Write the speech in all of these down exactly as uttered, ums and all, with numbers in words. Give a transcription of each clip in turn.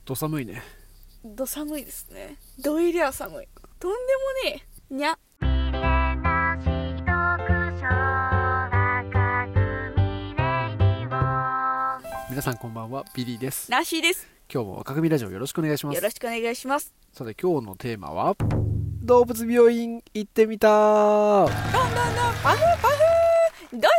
ど寒いね。 ど寒いですね。どいりゃ寒い。とんでもねえ。にゃ。 皆さんこんばんは、ビリーです。 ナッシーです。 今日も若組ラジオよろしくお願いします。 よろしくお願いします。 さて今日のテーマは動物病院行ってみたどんどんどんパフパフどういうこと。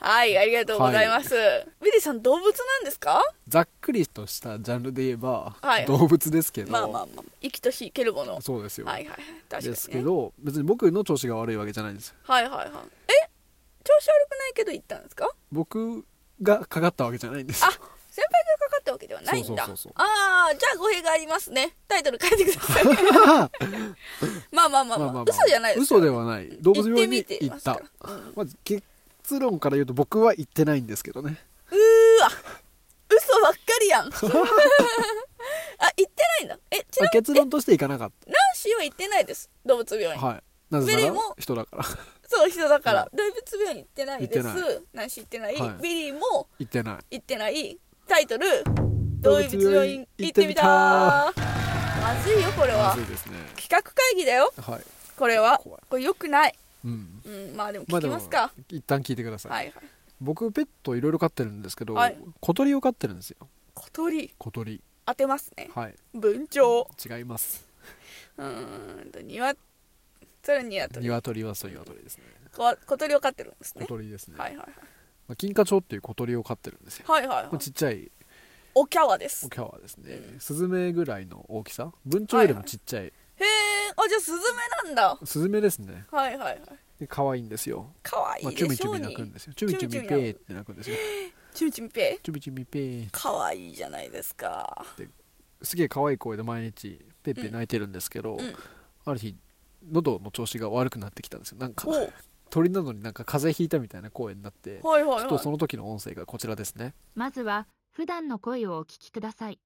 はい、ありがとうございます、はい、ビリーさん動物なんですか？ ざっくりとしたジャンルで言えば、 はい、 動物ですけど、 まあまあまあ生きとし生けるもの。 そうですよ。 はいはいはい、確かに、ね、 ですけど別に僕の調子が悪いわけじゃないんですよ。 はいはいはい。え、調子悪くないけど行ったんですか？ 僕がかかったわけじゃないんです。 あ、先輩がかかったわけではないんだ。そうそうそうそう。ああ、じゃあ語弊がありますね。タイトル変えてください。まあまあまあまあ、まあまあ、嘘じゃないです。 嘘ではない。動物病院に行った。 うん、 まず結論から言うと僕は行ってないんですけどね。 うーわ、嘘ばっかりやん。あ、行ってないんだ。え、ちなみに結論として行かなかった。 ナンシーは行ってないです、動物病院。 はい。なぜなら人だから。 そう、人だから、はい、動物病院行ってないです。ナンシー行ってない、はい、ビリーも行ってない行ってない。タイトル動物病院行ってみた。まずいよこれは。 まずいですね。 企画会議だよ、はい、これはこれ良くない。うん、うん、まあでも聞きますか、まあ、 一旦聞いてください。はいはい、僕ペットいろいろ飼ってるんですけど、はい、小鳥を飼ってるんですよ。 小鳥小鳥当てますね。 はい、 文鳥違います。 うーんとニワそれニワトリ。 ニワトリはそういうニワトリですね。 小鳥を飼ってるんですね。 小鳥ですね。 はいはいはい。 まあ、金花鳥っていう小鳥を飼ってるんですよ。 はいはいはい。 ちっちゃいおキャワです。 おキャワですね、うん、スズメぐらいの大きさ。文鳥よりもちっちゃい、はいはい、 へえ、あ、じゃあスズメなんだ。 スズメですね。 はいはいはい。 で可愛いんですよ。 可愛いでしょうに、 まあ、チュミチュミ鳴くんですよ。チュミチュミペーって鳴くんですよ。 チュミチュミペーチュミチュミペー可愛いじゃないですか。 ですげえ可愛い声で毎日ペッペ鳴いてるんですけど、うんうん、ある日喉の調子が悪くなってきたんですよ。なんか鳥なのになんか風邪ひいたみたいな声になって、はいはいはい、ちょっとその時の音声がこちらですね。 まずは普段の声をお聞きください。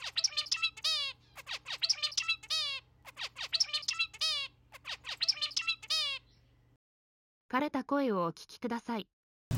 枯れた声をお聞きください。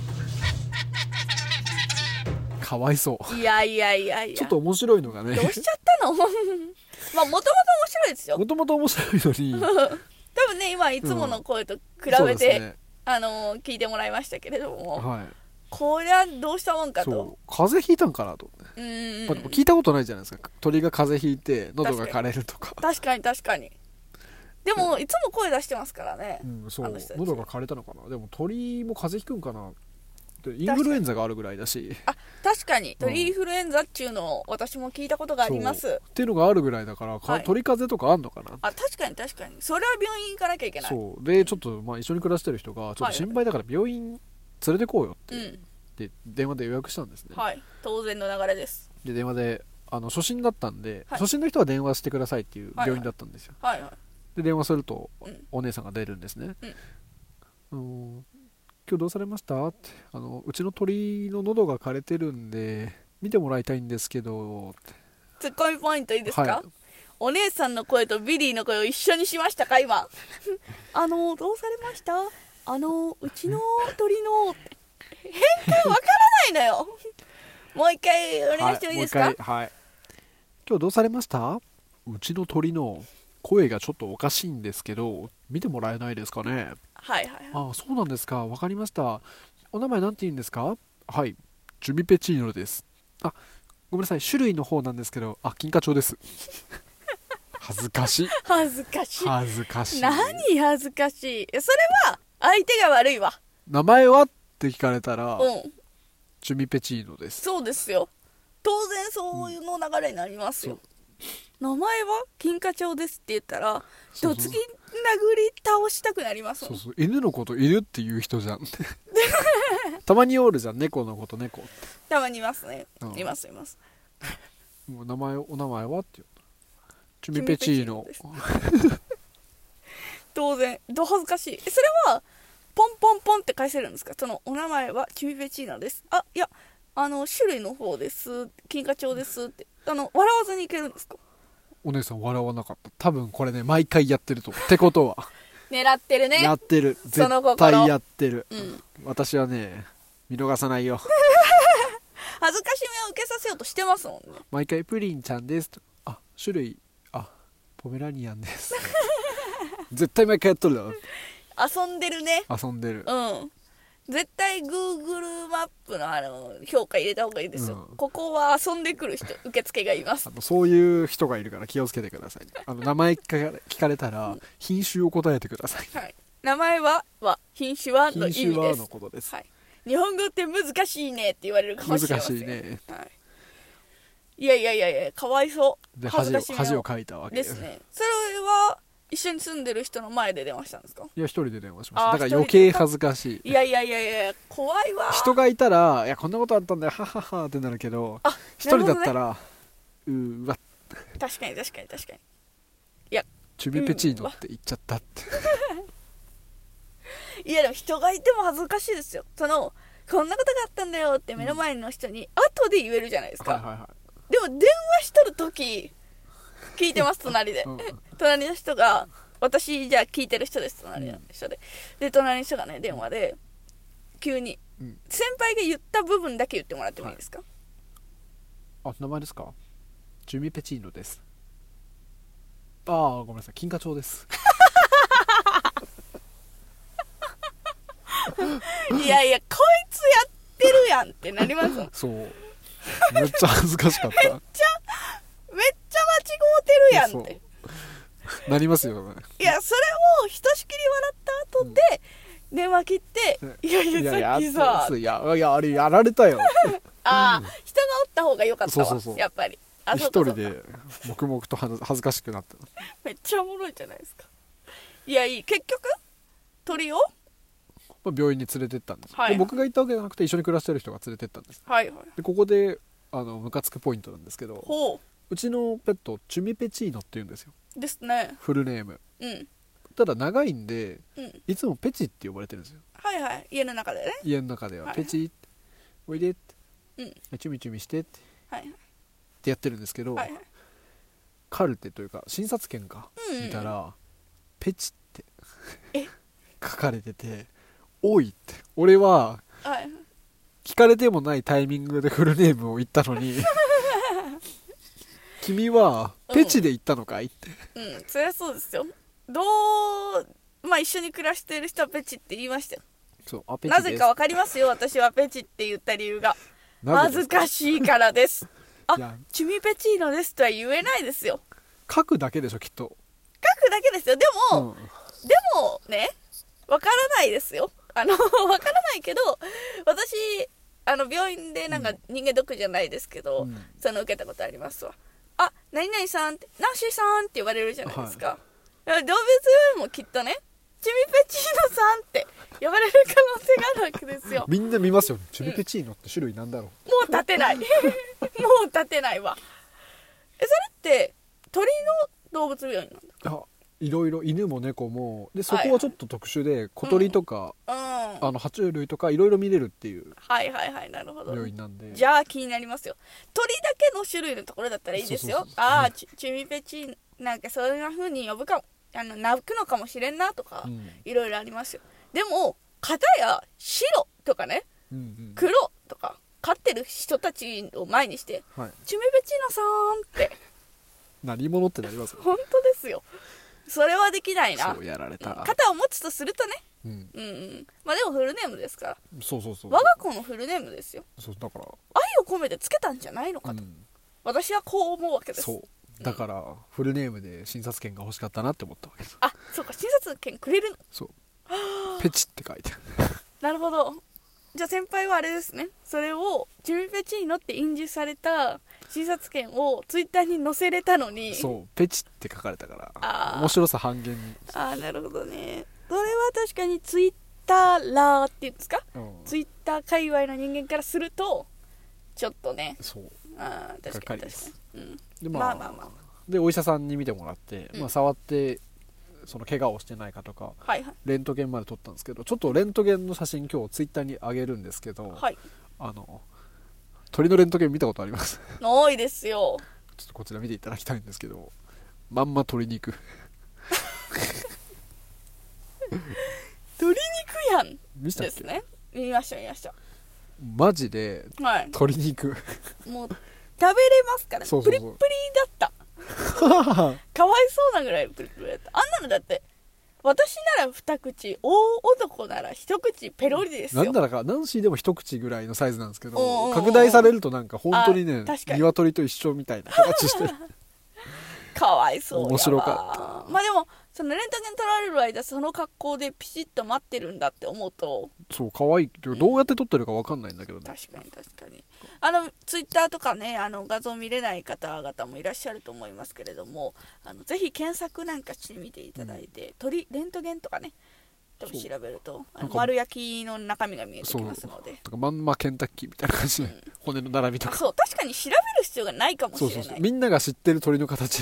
かわいそう。 いやいやいやいや、 ちょっと面白いのがね。 どうしちゃったの？まあもともと面白いですよ。 もともと面白いのに多分ね、今いつもの声と比べて、うんね、あのー、聞いてもらいましたけれども、はい、こりゃどうしたもんかと。そう、 風邪ひいたんかなと。うん、まあ、でも聞いたことないじゃないですか、鳥が風邪ひいて喉が枯れるとか。 確かに確かに。でもいつも声出してますからね、 うん、そう喉が枯れたのかな。でも鳥も風邪ひくんかな。インフルエンザがあるぐらいだし。 あ、確かに鳥インフルエンザっていうのを私も聞いたことがあります。 っていうのがあるぐらいだから、はい、鳥風邪とかあんのかな。 あ、確かに確かに。それは病院行かなきゃいけない。 そうで、ちょっとまあ一緒に暮らしてる人がちょっと心配だから病院連れてこうよって、はいはい、で電話で予約したんですね。 はい、当然の流れです。 で電話であの初診だったんで、はい、初診の人は電話してくださいっていう病院だったんですよ。はいはいはいはい、で電話すると、うん、お姉さんが出るんですね。うん、うん、今日どうされましたって。あのうちの鳥の喉が枯れてるんで見てもらいたいんですけどって。 ツッコミポイントいいですか、はい、お姉さんの声とビリーの声を一緒にしましたか今。あのどうされました、あのうちの鳥の変換わからないのよ。もう一回お願いしてもいいですか。はい、 はい、今日どうされました。うちの鳥の声がちょっとおかしいんですけど見てもらえないですかね。 はいはいはい。 ああ、そうなんですか。わかりました。お名前なんて言うんですか。はい、ジュミペチーノです。あ、ごめんなさい、種類の方なんですけど、あ、金花鳥です。恥ずかしい。 恥ずかしい。 恥ずかしい。 何恥ずかしい。それは相手が悪いわ。 名前はって聞かれたら、 うん、 ジュミペチーノです。 そうですよ。当然そういうの流れになりますよ。うん、名前は金花鳥ですって言ったら、どつき殴り倒したくなりますもん。 そうそう、犬のこと犬っていう人じゃん。たまにおるじゃん、猫のこと猫って。 たまにいますね、うん、いますいます。 もう名前お名前はって言うチュミペチーノ。 当然ど恥ずかしい。それはポンポンポンって返せるんですか。そのお名前はチュミペチーノです。あ、いや、あの種類の方です。金花鳥ですって、あの笑わずにいけるんですか。 お姉さん笑わなかった。多分これね毎回やってると思う。ってことは狙ってるね。 やってる、絶対やってる、うん、私はね見逃さないよ。 恥ずかしめを受けさせようとしてますもんね。 毎回プリンちゃんですと、あ、種類、あ、ポメラニアンです絶対毎回やっとるだろ。 遊んでるね。 遊んでる。 うん。絶対 Google マップのあの評価入れた方がいいですよ、うん、ここは遊んでくる人受付がいます。 あのそういう人がいるから気をつけてください、ね、あの名前聞かれたら品種を答えてください、 はい、名前はは品種はの意味です。 品種はのことです、 はい、日本語って難しいねって言われるかもしれません。 難しいね、 はい、いやいやいやいや、かわいそう。 で恥を恥をかいたわけですね。それは一緒に住んでる人の前で電話したんですか？ いや、一人で電話しました。だから余計恥ずかしい。 いやいやいやいや、怖いわ。 人がいたら、いや、こんなことあったんだよ、はははってなるけど、一人だったら、うーわ。 確かに確かに確かに。いや、 チュビペチーノって言っちゃったって。 いや、でも人がいても恥ずかしいですよ。その、こんなことがあったんだよって目の前の人に後で言えるじゃないですか。 はいはいはい、 でも電話しとるとき、聞いてます、隣で。うん、隣の人が、私じゃあ聞いてる人です、隣の人で、うん、で隣の人がね電話で急に、うん、先輩が言った部分だけ言ってもらってもいいですか？ はい、あ、名前ですか？ジュミペチーノです。ああ、ごめんなさい、金華町ですいやいや、こいつやってるやんってなりますもん。 そう、めっちゃ恥ずかしかった。 めっちゃめっちゃ間違うてるやんってなりますよね。 いや、それをひとしきり笑った後で、うん、電話切って、いやいや、さっきさ、 いやいや、あれやられたよああ、人がおった方が良かったわ。そうそうそう、やっぱり一人で黙々と恥ずかしくなっためっちゃおもろいじゃないですか。いや、いい。結局鳥を病院に連れてったんです、はい、で僕が行ったわけじゃなくて一緒に暮らしてる人が連れてったんです、 はいはい、 でここであのムカつくポイントなんですけど、 ほう、 うちのペットチュミペチーノって言うんですよ。 ですね。 フルネーム、 うん、 ただ長いんで、うん、いつもペチって呼ばれてるんですよ。 はいはい、家の中でね。 家の中では、はいはい、ペチっておいでって、 うん、 チュミチュミしてって、 はいはい、 ってやってるんですけど、はいはい、カルテというか診察券か、 うん、 見たらペチって書かれてて、おいって、俺は、はい、聞かれてもないタイミングでフルネームを言ったのに君はペチで言ったのかいって、 うん、うん、そりゃそうですよ。どう、まあ一緒に暮らしている人はペチって言いましたよ。 そう、あ、ペチです。 なぜかわかりますよ、私はペチって言った理由が。恥ずかしいからです。あ、チュミペチーノですとは言えないですよ。 書くだけでしょ、きっと。 書くだけですよ。でも、うん、でもね、わからないですよ。あのわからないけど、私あの病院でなんか人間ドックじゃないですけど、うん、その受けたことありますわ。あ、何々さんって、ナンシーさんって言われるじゃないですか、はい、動物よりもきっとね、チュミペチーノさんって呼ばれる可能性があるわけですよ。 みんな見ますよね。チュミペチーノって種類なんだろう、 うん、もう立てないもう立てないわ。え、それって鳥の動物病院なんだ。 あ、いろいろ犬も猫もで、そこはちょっと特殊で、はいはい、小鳥とか、うんうん、あの爬虫類とかいろいろ見れるっていう病院なんで、はいはいはい、 じゃあ気になりますよ。鳥だけの種類のところだったらいいですよ。ああ、チュミペチなんかそんな風に呼ぶかも、あの鳴くのかもしれんなとか、うん、いろいろありますよ。でも片や白とかね、うんうん、黒とか飼ってる人たちを前にして、はい、チュミペチーノさんって何者ってなりますよ。 本当ですよ。それはできないな。 そうやられた。 肩を持つとするとね、うん、うんうん、まあでもフルネームですから。 そうそうそう。 我が子のフルネームですよ。 そうだから。 愛を込めてつけたんじゃないのかと、うん、私はこう思うわけです。 そう。だから、うん、フルネームで診察券が欲しかったなって思ったわけです。 あ、そうか、診察券くれるの。 そう。ペチって書いてある。 なるほど。じゃあ先輩はあれですね。それをチュミペチーノって印字された診察券をツイッターに載せれたのに、 そうペチって書かれたから面白さ半減に。 ああ、なるほどね。それは確かにツイッターラーっていうんですか、うん、ツイッター界隈の人間からするとちょっとね、 そう、 ああ確かに確かに、うん、 でまあ、まあまあまあでお医者さんに見てもらって、うん、まあ、触ってその怪我をしてないかとか、はいはい、レントゲンまで撮ったんですけど、ちょっとレントゲンの写真今日ツイッターに上げるんですけど、はい、あの鳥のレントゲン見たことあります？ ないですよ。 ちょっとこちら見ていただきたいんですけど、まんま鶏肉鶏肉やん見したっけ？ ですね。見ました見ました。 マジで鶏肉、はい、 もう食べれますから、ね、そうそうそう、プリップリだったかわいそうなぐらいプリップリだった。あんなのだって私なら二口、大男なら一口ペロリですよ。 なんだかナンシーでも一口ぐらいのサイズなんですけど、拡大されるとなんか本当にね、鶏と一緒みたいな形してるかわいそうやわ。 面白かった。 まあでもそのレントゲン取られる間その格好でピシッと待ってるんだって思うと、 そう可愛い。どうやって撮ってるか分かんないんだけどね、 うん、確かに確かに。あのツイッターとかね、あの画像見れない方々もいらっしゃると思いますけれども、あのぜひ検索なんかしてみていただいて、うん、鳥レントゲンとかね多分調べるとあの丸焼きの中身が見えてきますので、 とかまんまケンタッキーみたいな感じで、うん、骨の並びとか、 そう確かに調べる必要がないかもしれない。そうそうそう、 みんなが知ってる鳥の形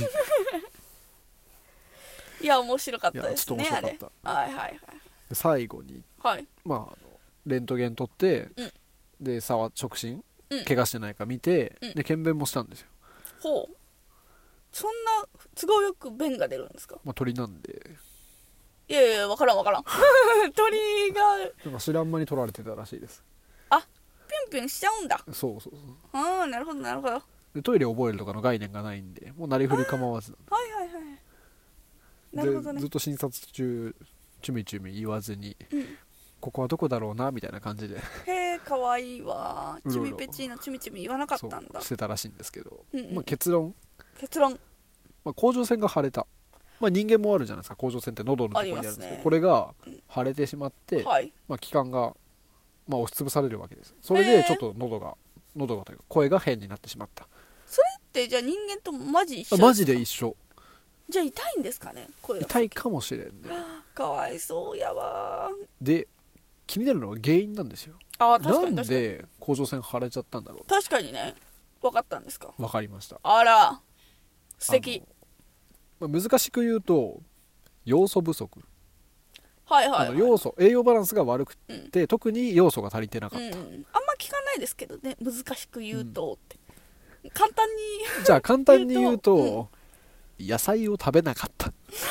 いや面白かったですね。 いやちょっと面白かった。 はいはいはい。 最後に、はい、まあ、あのレントゲン取って、うん、で触触診、うん、怪我してないか見て、うん、で検便もしたんですよ。 ほう。そんな都合よく便が出るんですか？ まあ鳥なんで。 いやいや分からん分からん鳥がなんか知らん間に取られてたらしいです。 あ、ピュンピュンしちゃうんだ。 そうそうそう。 ああなるほどなるほど。 でトイレ覚えるとかの概念がないんで、もうなりふり構わず。 はいはいはい。なるほどね。 ずっと診察中チュミチュミ言わずに、うん、ここはどこだろうなみたいな感じで、 へえかわいいわ。チュミペチーノチュミチュミ言わなかったんだ。 してたらしいんですけど、 うんうん、 まあ、結論結論、 まあ、甲状腺が腫れた。まあ、人間もあるじゃないですか、甲状腺って喉のところにあるんですけど、ね、これが腫れてしまって、うん、はい、まあ、気管が、まあ、押しつぶされるわけです。それでちょっと喉が喉がというか声が変になってしまった。 それってじゃあ人間とマジ一緒ですか？ マジで一緒。 じゃあ痛いんですかね、声が。 痛いかもしれんね。 かわいそうやわ。 で気になるのは原因なんですよ。 あ、確かに確かに。 なんで甲状腺腫れちゃったんだろう。 確かにね。分かったんですか？ 分かりました。 あら素敵。 まあ、難しく言うと要素不足、 はいはい、はい、あの要素栄養バランスが悪くて、うん、特に要素が足りてなかった、うん、あんま聞かないですけどね、難しく言うとって、うん、簡単にじゃあ簡単に言うと、うん、野菜を食べなかった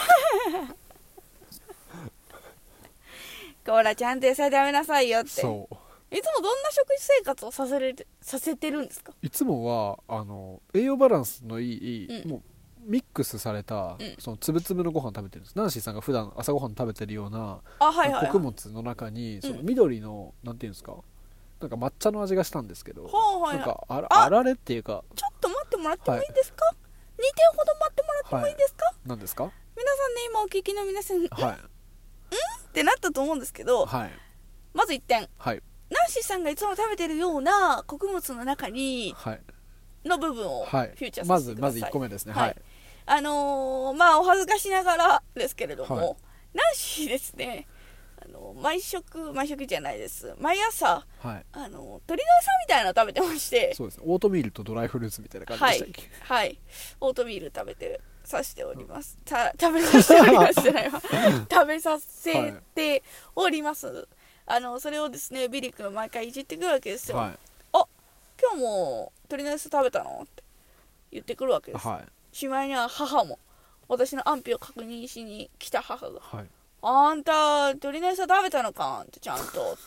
コーラちゃんと野菜食べなさいよって。 そういつもどんな食事生活をさせれさせてるんですか？ いつもはあの栄養バランスのいい、うん、もうミックスされた、うん、そのつぶつぶのご飯食べてるんです。ナンシーさんが普段朝ごはん食べてるような、はいはいはい、穀物の中にその緑の、うん、なんていうんですか、なんか抹茶の味がしたんですけど、はいはい、なんか あ, らあられっていうか、 ちょっと待ってもらってもいいですか、はい、にてんほど待ってもらってもいいですか、はい、 何ですか？ 皆さんね、今お聞きの皆さん、はい、んってなったと思うんですけど、はい、まずいってん、はい、ナンシーさんがいつも食べてるような穀物の中に、はい、の部分をフューチャーさせてください。まずまずいっこめですね。はい。あのー、まあお恥ずかしながらですけれども、はい、ナンシーですね、あの毎食毎食じゃないです。毎朝、はい、あの鶏の餌みたいなの食べてまして、 そうですね。オートミールとドライフルーツみたいな感じでしたっけ？ はい、はい、オートミール食べてさせております。うん、た食べさせておりますじゃないわ。食べさせております。はい、あのそれをですね、ビリ君毎回いじってくるわけですよ。はい、あ、今日も鶏の餌食べたのって言ってくるわけです。はい、しまいには母も私の安否を確認しに来た母が、はい、あんた鶏の餌食べたのかってちゃんとなんだと思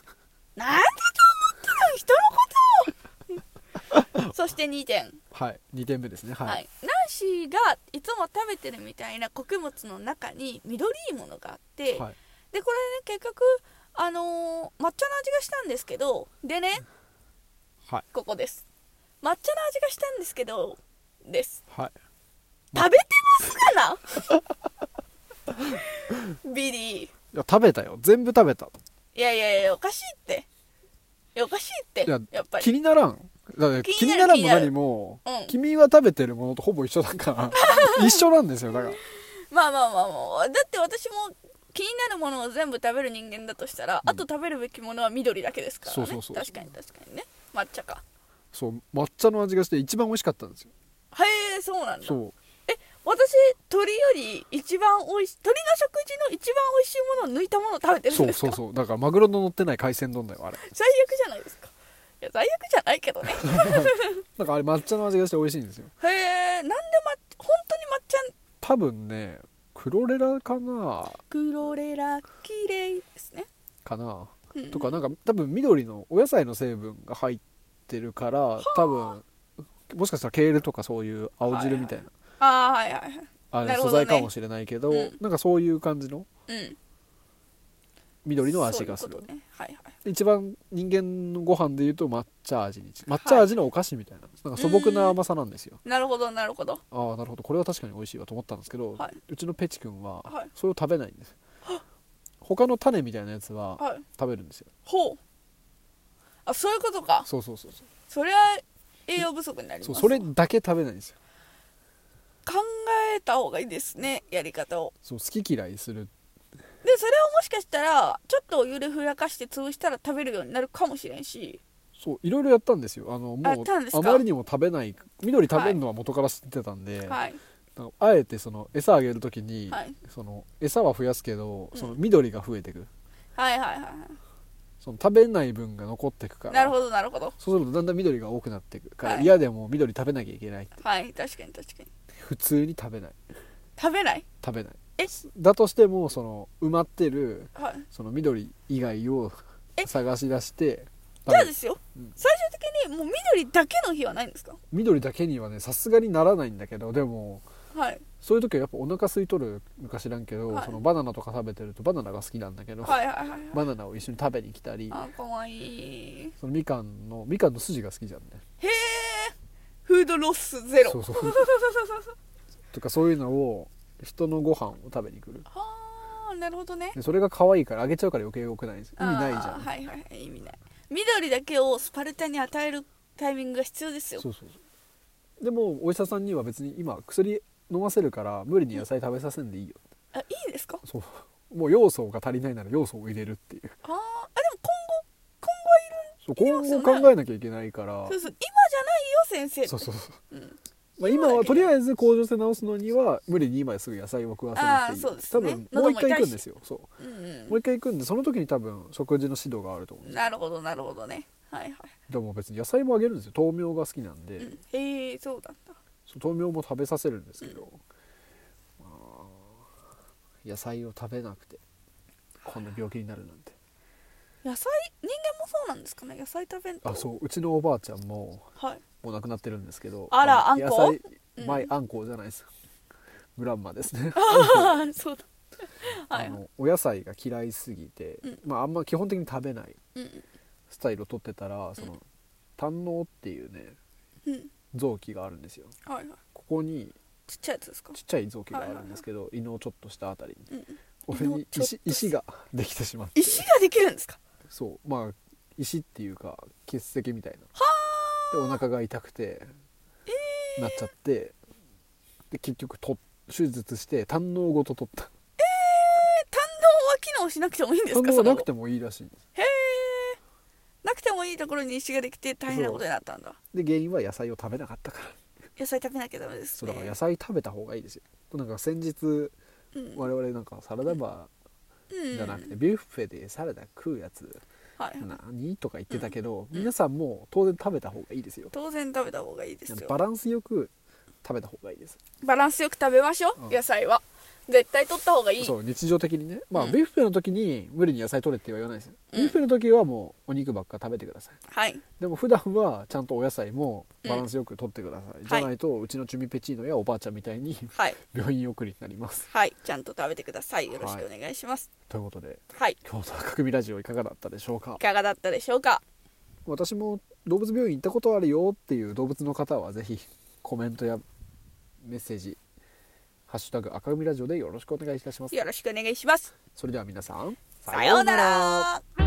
ったの人のことそしてにてん、 はい、にてんめですね。はい、はい、 ナンシーがいつも食べてるみたいな穀物の中に緑いものがあって、はい、でこれね結局あのー、抹茶の味がしたんですけど、でね、はい、ここです。抹茶の味がしたんですけどです、はい、食べてますかなビリー。いや食べたよ、全部食べた。 いやいやいやおかしいって、いやおかしいって、いややっぱり気にならん。だから気にならんも何も、うん、君は食べてるものとほぼ一緒だから一緒なんですよ。だからまあまあまあまあ、だって私も気になるものを全部食べる人間だとしたら、うん、あと食べるべきものは緑だけですからね。そうそうそうそう、確かに確かにね。抹茶か。 そう、抹茶の味がして一番美味しかったんですよ。 へえ、そうなんだ。そう、え、私鳥より一番美味しい、鳥の食事の一番美味しいものを抜いたものを食べてるんですか？そうそうそう、だからマグロの乗ってない海鮮丼だよあれ。 最悪じゃないですか。いや最悪じゃないけどねなんかあれ抹茶の味がして美味しいんですよ。 へえ、なんで、ま、本当に抹茶、 多分ねクロレラかな。 クロレラ綺麗ですね。 かな。 うん、 とかなんか多分緑のお野菜の成分が入ってるから多分もしかしたらケールとかそういう青汁みたいな、 ああはいはいはい、 あれ素材かもしれないけど、うん、なんかそういう感じの緑の味がする。そういうことね、はいはい、一番人間のご飯でいうと抹茶味に抹茶味のお菓子みたいな、はい、なんか素朴な甘さなんですよ。 なるほどなるほど。 ああなるほど、これは確かに美味しいわと思ったんですけど、はい、うちのペチ君はそれを食べないんです、はい、他の種みたいなやつは食べるんですよ。 ほう、あそういうことか。 そうそうそうそう、 それは栄養不足になります。 そう、それだけ食べないんですよ。 考えた方がいいですね、やり方を。 そう、好き嫌いする。 でそれをもしかしたらちょっとお湯でふやかして潰したら食べるようになるかもしれんし。 そういろいろやったんですよ。あのもう あ, あまりにも食べない、緑食べるのは元から知ってたんで、はい、なんかあえてその餌あげるときに、はい、その餌は増やすけど、うん、その緑が増えていく、 はいはいはい、 その食べない分が残っていくから。 なるほどなるほど。 そうするとだんだん緑が多くなっていくから、はい、嫌でも緑食べなきゃいけないって。 はい確かに確かに。 普通に食べない。 食べない食べない。 えだとしてもその埋まってる、 はい、 その緑以外を探し出して。 じゃあですよ、うん、最終的にもう緑だけの日はないんですか？ 緑だけにはねさすがにならないんだけど、でも、はい、そういう時はやっぱお腹空いとるのか知らんけど、はい、そのバナナとか食べてるとバナナが好きなんだけど、はいはいはいはい、バナナを一緒に食べに来たり、 あかわいい。 そのみかんのみかんの筋が好きじゃんね。 へえ、フードロスゼロ。そうそうとかそういうのを人のご飯を食べに来る。 はあ、なるほどね。 でそれが可愛いからあげちゃうから余計良くないんです。意味ないじゃん。 はいはいはい、意味ない。緑だけをスパルタに与えるタイミングが必要ですよ。 そうそうそう。でもお医者さんには別に今薬飲ませるから無理に野菜食べさせんでいいよ。 あ、いいですか？ そう、もう要素が足りないなら要素を入れるっていう。 ああ、でも今後今後はいる、 そう今後考えなきゃいけないから。 そうそう、今じゃないよ先生。 そうそうそう、うん、まあ、今はとりあえず甲状腺治すのには無理に今すぐ野菜を食わせなくていい。そうですね、多分もう一回行くんですよ。そう、うんうん、もう一回行くんでその時に多分食事の指導があると思うんです。 なるほどなるほどね。はいはい。でも別に野菜もあげるんですよ。豆苗が好きなんで、うん、 へえ、そうなんだ。 そう豆苗も食べさせるんですけど、うん、まあ、野菜を食べなくてこんな病気になるなんて。 野菜、人間もそうなんですかね。野菜食べんと。 あ、そう、うちのおばあちゃんも、はい、もう亡くなってるんですけど、 あら、あんこ、 野菜、前、うん、あんこじゃないです、グランマですね。 ああ、そうだ。 はい、あのお野菜が嫌いすぎて、うん、まああんま基本的に食べないスタイルを取ってたら、その胆のうっていうね、うん、臓器があるんですよ。はいはい、ここにちっちゃいやつですか？ ちっちゃい臓器があるんですけど、はいはいはい、胃のちょっとしたあたりに、うん、俺に 石, 石ができてしまって。 石ができるんですか？ そう、まあ石っていうか結石みたいな。でお腹が痛くて、えー、なっちゃって、で結局と手術して胆のうごと取った。 えー、胆のうは機能しなくてもいいんですか？ 胆のうはなくてもいいらしいんです。 へえ、なくてもいいところに石ができて大変なことになったんだ。 で原因は野菜を食べなかったから。 野菜食べなきゃダメですね。 そうだから野菜食べた方がいいですよ。なんか先日、うん、我々なんかサラダバーじゃなくて、うん、ビュッフェでサラダ食うやつ、はいはい、何とか言ってたけど、うん、皆さんも当然食べた方がいいですよ。 当然食べた方がいいですよ。 バランスよく食べた方がいいです。 バランスよく食べましょう、うん、野菜は絶対取った方がいい。 そう、日常的にね。まあ、うん、ビュッフェの時に無理に野菜取れって言わないですよ、うん、ビュッフェの時はもうお肉ばっか食べてください。はい。でも普段はちゃんとお野菜もバランスよく取ってください、うん、じゃないと、はい、うちのチュミペチーノやおばあちゃんみたいに、はい、病院送りになります。 はい、ちゃんと食べてください。よろしくお願いします、 はい、ということで、 はい、 今日の赤組ラジオいかがだったでしょうか。 いかがだったでしょうか。 私も動物病院行ったことあるよっていう動物の方はぜひコメントやメッセージハッシュタグ赤組ラジオでよろしくお願いいたします。 よろしくお願いします。 それでは皆さん、 さようなら。